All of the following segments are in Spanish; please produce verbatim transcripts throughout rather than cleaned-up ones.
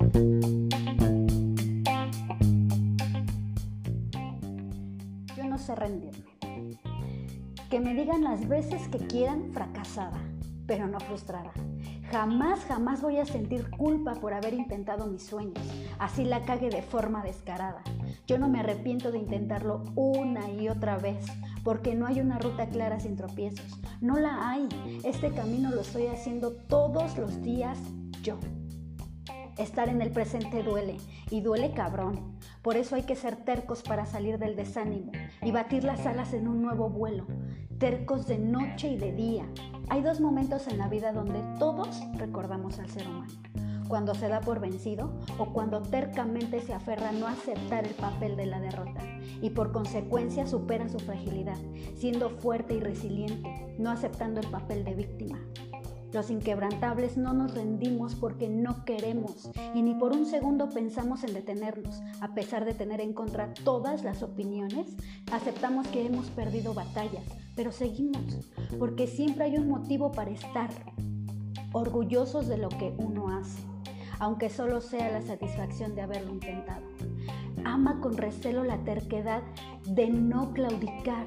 Yo no sé rendirme. Que me digan las veces que quieran fracasada, pero no frustrada. Jamás, jamás voy a sentir culpa por haber intentado mis sueños, así la cague de forma descarada. Yo no me arrepiento de intentarlo una y otra vez, porque no hay una ruta clara sin tropiezos. No la hay. Este camino lo estoy haciendo todos los días yo. Estar en el presente duele, y duele cabrón. Por eso hay que ser tercos para salir del desánimo y batir las alas en un nuevo vuelo. Tercos de noche y de día. Hay dos momentos en la vida donde todos recordamos al ser humano. Cuando se da por vencido o cuando tercamente se aferra a no aceptar el papel de la derrota y por consecuencia supera su fragilidad, siendo fuerte y resiliente, no aceptando el papel de víctima. Los inquebrantables no nos rendimos porque no queremos y ni por un segundo pensamos en detenernos. A pesar de tener en contra todas las opiniones, aceptamos que hemos perdido batallas, pero seguimos, porque siempre hay un motivo para estar orgullosos de lo que uno hace, aunque solo sea la satisfacción de haberlo intentado. Ama con recelo la terquedad de no claudicar.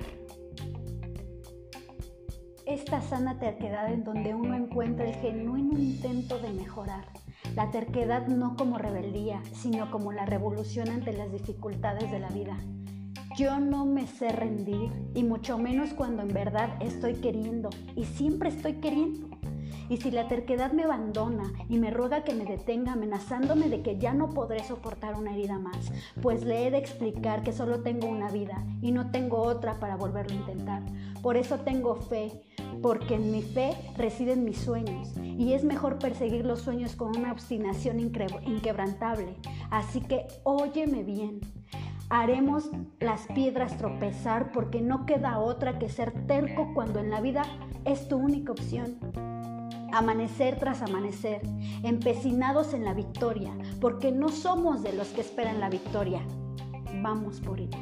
Esta sana terquedad en donde uno encuentra el genuino intento de mejorar. La terquedad no como rebeldía, sino como la revolución ante las dificultades de la vida. Yo no me sé rendir, y mucho menos cuando en verdad estoy queriendo, y siempre estoy queriendo. Y si la terquedad me abandona y me ruega que me detenga amenazándome de que ya no podré soportar una herida más, pues le he de explicar que solo tengo una vida y no tengo otra para volverlo a intentar. Por eso tengo fe, porque en mi fe residen mis sueños y es mejor perseguir los sueños con una obstinación inquebrantable. Así que óyeme bien. Haremos las piedras tropezar porque no queda otra que ser terco cuando en la vida es tu única opción. Amanecer tras amanecer, empecinados en la victoria, porque no somos de los que esperan la victoria. Vamos por ella.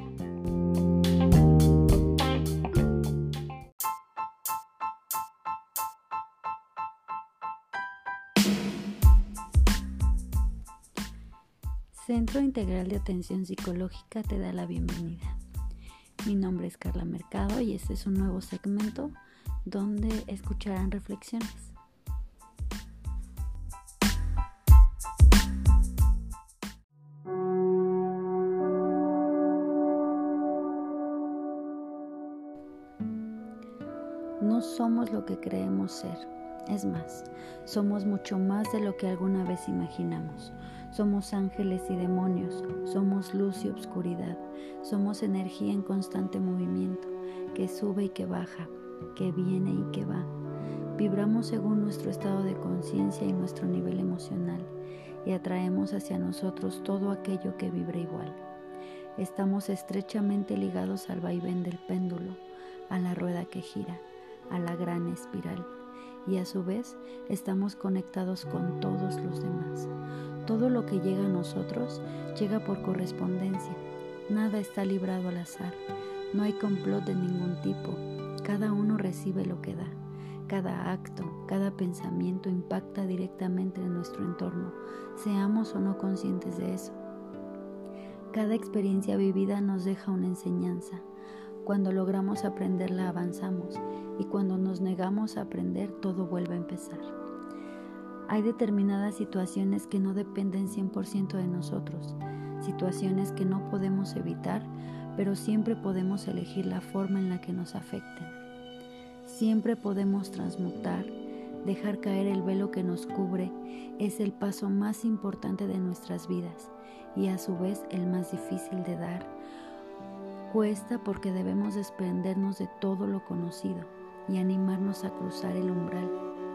Centro Integral de Atención Psicológica te da la bienvenida. Mi nombre es Carla Mercado y este es un nuevo segmento donde escucharán reflexiones. No somos lo que creemos ser. Es más, somos mucho más de lo que alguna vez imaginamos. Somos ángeles y demonios, somos luz y obscuridad, somos energía en constante movimiento, que sube y que baja, que viene y que va. Vibramos según nuestro estado de conciencia y nuestro nivel emocional y atraemos hacia nosotros todo aquello que vibra igual. Estamos estrechamente ligados al vaivén del péndulo, a la rueda que gira, a la gran espiral. Y a su vez estamos conectados con todos los demás. Todo lo que llega a nosotros llega por correspondencia. Nada está librado al azar. No hay complot de ningún tipo. Cada uno recibe lo que da. Cada acto, cada pensamiento impacta directamente en nuestro entorno, seamos o no conscientes de eso. Cada experiencia vivida nos deja una enseñanza. Cuando logramos aprenderla avanzamos y cuando nos negamos a aprender todo vuelve a empezar. Hay determinadas situaciones que no dependen cien por ciento de nosotros, situaciones que no podemos evitar, pero siempre podemos elegir la forma en la que nos afecten. Siempre podemos transmutar, dejar caer el velo que nos cubre, es el paso más importante de nuestras vidas y a su vez el más difícil de dar. Cuesta porque debemos desprendernos de todo lo conocido y animarnos a cruzar el umbral.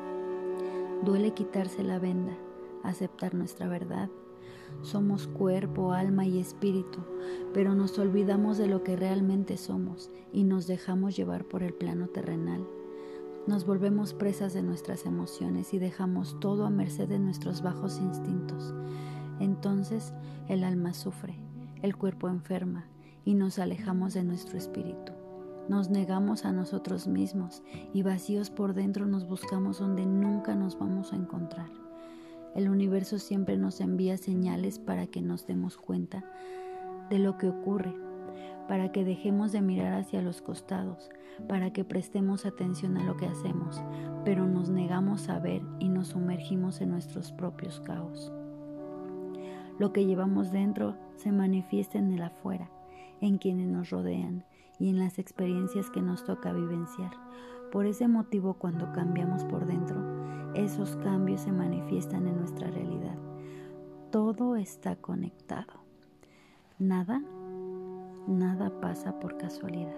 Duele quitarse la venda, aceptar nuestra verdad. Somos cuerpo, alma y espíritu, pero nos olvidamos de lo que realmente somos y nos dejamos llevar por el plano terrenal. Nos volvemos presas de nuestras emociones y dejamos todo a merced de nuestros bajos instintos. Entonces el alma sufre, el cuerpo enferma, y nos alejamos de nuestro espíritu. Nos negamos a nosotros mismos y vacíos por dentro nos buscamos donde nunca nos vamos a encontrar. El universo siempre nos envía señales para que nos demos cuenta de lo que ocurre, para que dejemos de mirar hacia los costados, para que prestemos atención a lo que hacemos, pero nos negamos a ver y nos sumergimos en nuestros propios caos. Lo que llevamos dentro se manifiesta en el afuera, en quienes nos rodean y en las experiencias que nos toca vivenciar. Por ese motivo, cuando cambiamos por dentro, esos cambios se manifiestan en nuestra realidad. Todo está conectado. Nada, nada pasa por casualidad.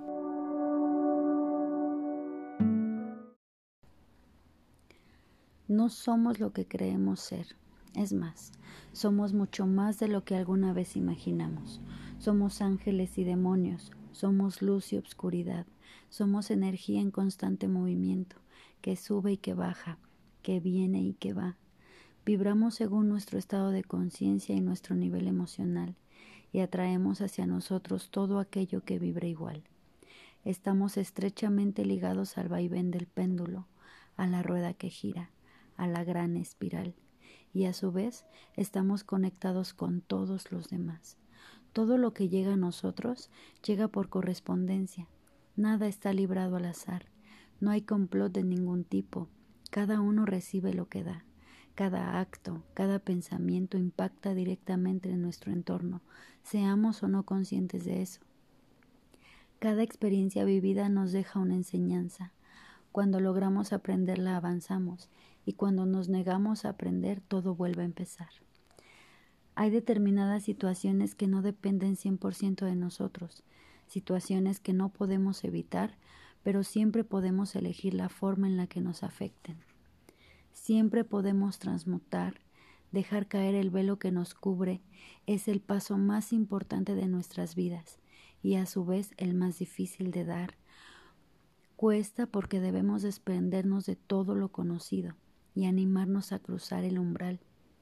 No somos lo que creemos ser. Es más, somos mucho más de lo que alguna vez imaginamos. Somos ángeles y demonios, somos luz y obscuridad, somos energía en constante movimiento, que sube y que baja, que viene y que va. Vibramos según nuestro estado de conciencia y nuestro nivel emocional, y atraemos hacia nosotros todo aquello que vibra igual. Estamos estrechamente ligados al vaivén del péndulo, a la rueda que gira, a la gran espiral, y a su vez estamos conectados con todos los demás. Todo lo que llega a nosotros llega por correspondencia. Nada está librado al azar. No hay complot de ningún tipo. Cada uno recibe lo que da. Cada acto, cada pensamiento impacta directamente en nuestro entorno, seamos o no conscientes de eso. Cada experiencia vivida nos deja una enseñanza. Cuando logramos aprenderla, avanzamos, y cuando nos negamos a aprender, todo vuelve a empezar. Hay determinadas situaciones que no dependen cien por ciento de nosotros, situaciones que no podemos evitar, pero siempre podemos elegir la forma en la que nos afecten. Siempre podemos transmutar, dejar caer el velo que nos cubre, es el paso más importante de nuestras vidas y a su vez el más difícil de dar. Cuesta porque debemos desprendernos de todo lo conocido y animarnos a cruzar el umbral.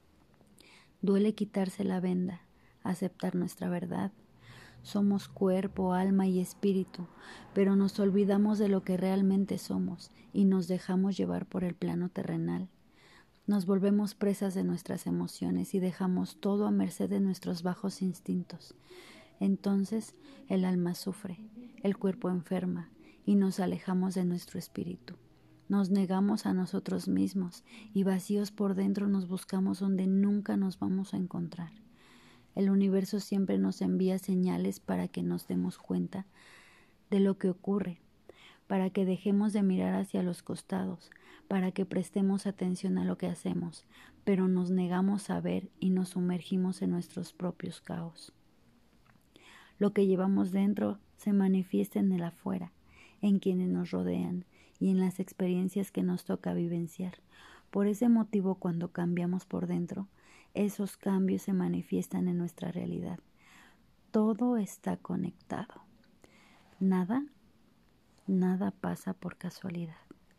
Duele quitarse la venda, aceptar nuestra verdad. Somos cuerpo, alma y espíritu, pero nos olvidamos de lo que realmente somos y nos dejamos llevar por el plano terrenal. Nos volvemos presas de nuestras emociones y dejamos todo a merced de nuestros bajos instintos. Entonces el alma sufre, el cuerpo enferma y nos alejamos de nuestro espíritu. Nos negamos a nosotros mismos y vacíos por dentro nos buscamos donde nunca nos vamos a encontrar. El universo siempre nos envía señales para que nos demos cuenta de lo que ocurre, para que dejemos de mirar hacia los costados, para que prestemos atención a lo que hacemos, pero nos negamos a ver y nos sumergimos en nuestros propios caos. Lo que llevamos dentro se manifiesta en el afuera, en quienes nos rodean y en las experiencias que nos toca vivenciar. Por ese motivo, cuando cambiamos por dentro, esos cambios se manifiestan en nuestra realidad. Todo está conectado. Nada, nada pasa por casualidad.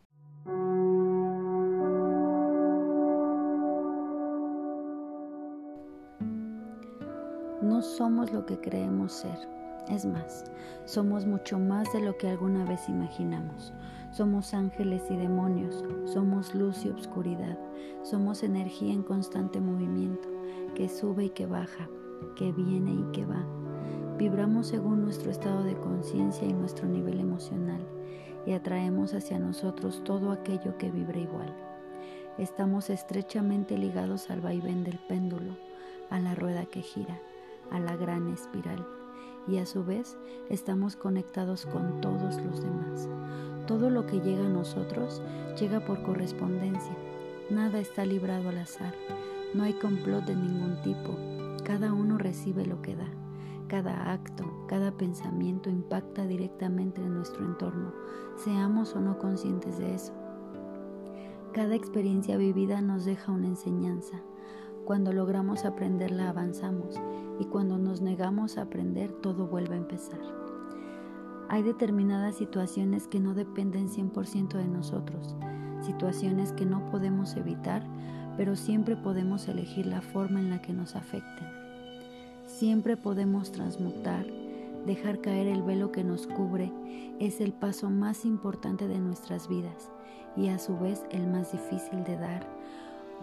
No somos lo que creemos ser. Es más, somos mucho más de lo que alguna vez imaginamos. Somos ángeles y demonios, somos luz y obscuridad, somos energía en constante movimiento, que sube y que baja, que viene y que va. Vibramos según nuestro estado de conciencia y nuestro nivel emocional, y atraemos hacia nosotros todo aquello que vibra igual. Estamos estrechamente ligados al vaivén del péndulo, a la rueda que gira, a la gran espiral, y a su vez estamos conectados con todos los demás. Todo lo que llega a nosotros llega por correspondencia. Nada está librado al azar. No hay complot de ningún tipo. Cada uno recibe lo que da. Cada acto, cada pensamiento impacta directamente en nuestro entorno, seamos o no conscientes de eso. Cada experiencia vivida nos deja una enseñanza. Cuando logramos aprenderla, avanzamos, y cuando nos negamos a aprender, todo vuelve a empezar. Hay determinadas situaciones que no dependen cien por ciento de nosotros, situaciones que no podemos evitar, pero siempre podemos elegir la forma en la que nos afecten. Siempre podemos transmutar, dejar caer el velo que nos cubre, es el paso más importante de nuestras vidas y a su vez el más difícil de dar.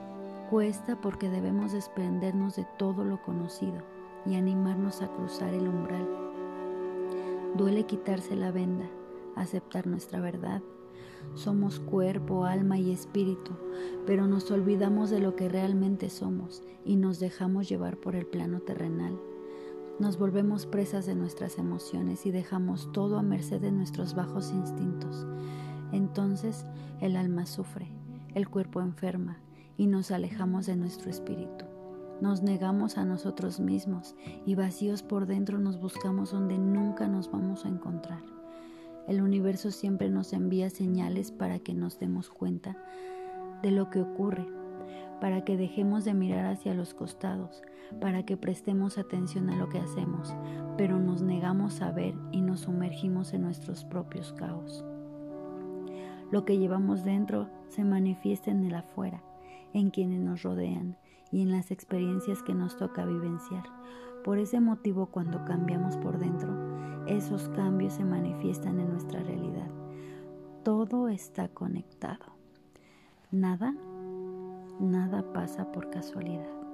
Cuesta porque debemos desprendernos de todo lo conocido y animarnos a cruzar el umbral. Duele quitarse la venda, aceptar nuestra verdad. Somos cuerpo, alma y espíritu, pero nos olvidamos de lo que realmente somos y nos dejamos llevar por el plano terrenal. Nos volvemos presas de nuestras emociones y dejamos todo a merced de nuestros bajos instintos. Entonces el alma sufre, el cuerpo enferma y nos alejamos de nuestro espíritu. Nos negamos a nosotros mismos y vacíos por dentro nos buscamos donde nunca nos vamos a encontrar. El universo siempre nos envía señales para que nos demos cuenta de lo que ocurre, para que dejemos de mirar hacia los costados, para que prestemos atención a lo que hacemos, pero nos negamos a ver y nos sumergimos en nuestros propios caos. Lo que llevamos dentro se manifiesta en el afuera, en quienes nos rodean y en las experiencias que nos toca vivenciar. Por ese motivo, cuando cambiamos por dentro, esos cambios se manifiestan en nuestra realidad. Todo está conectado. Nada, nada pasa por casualidad.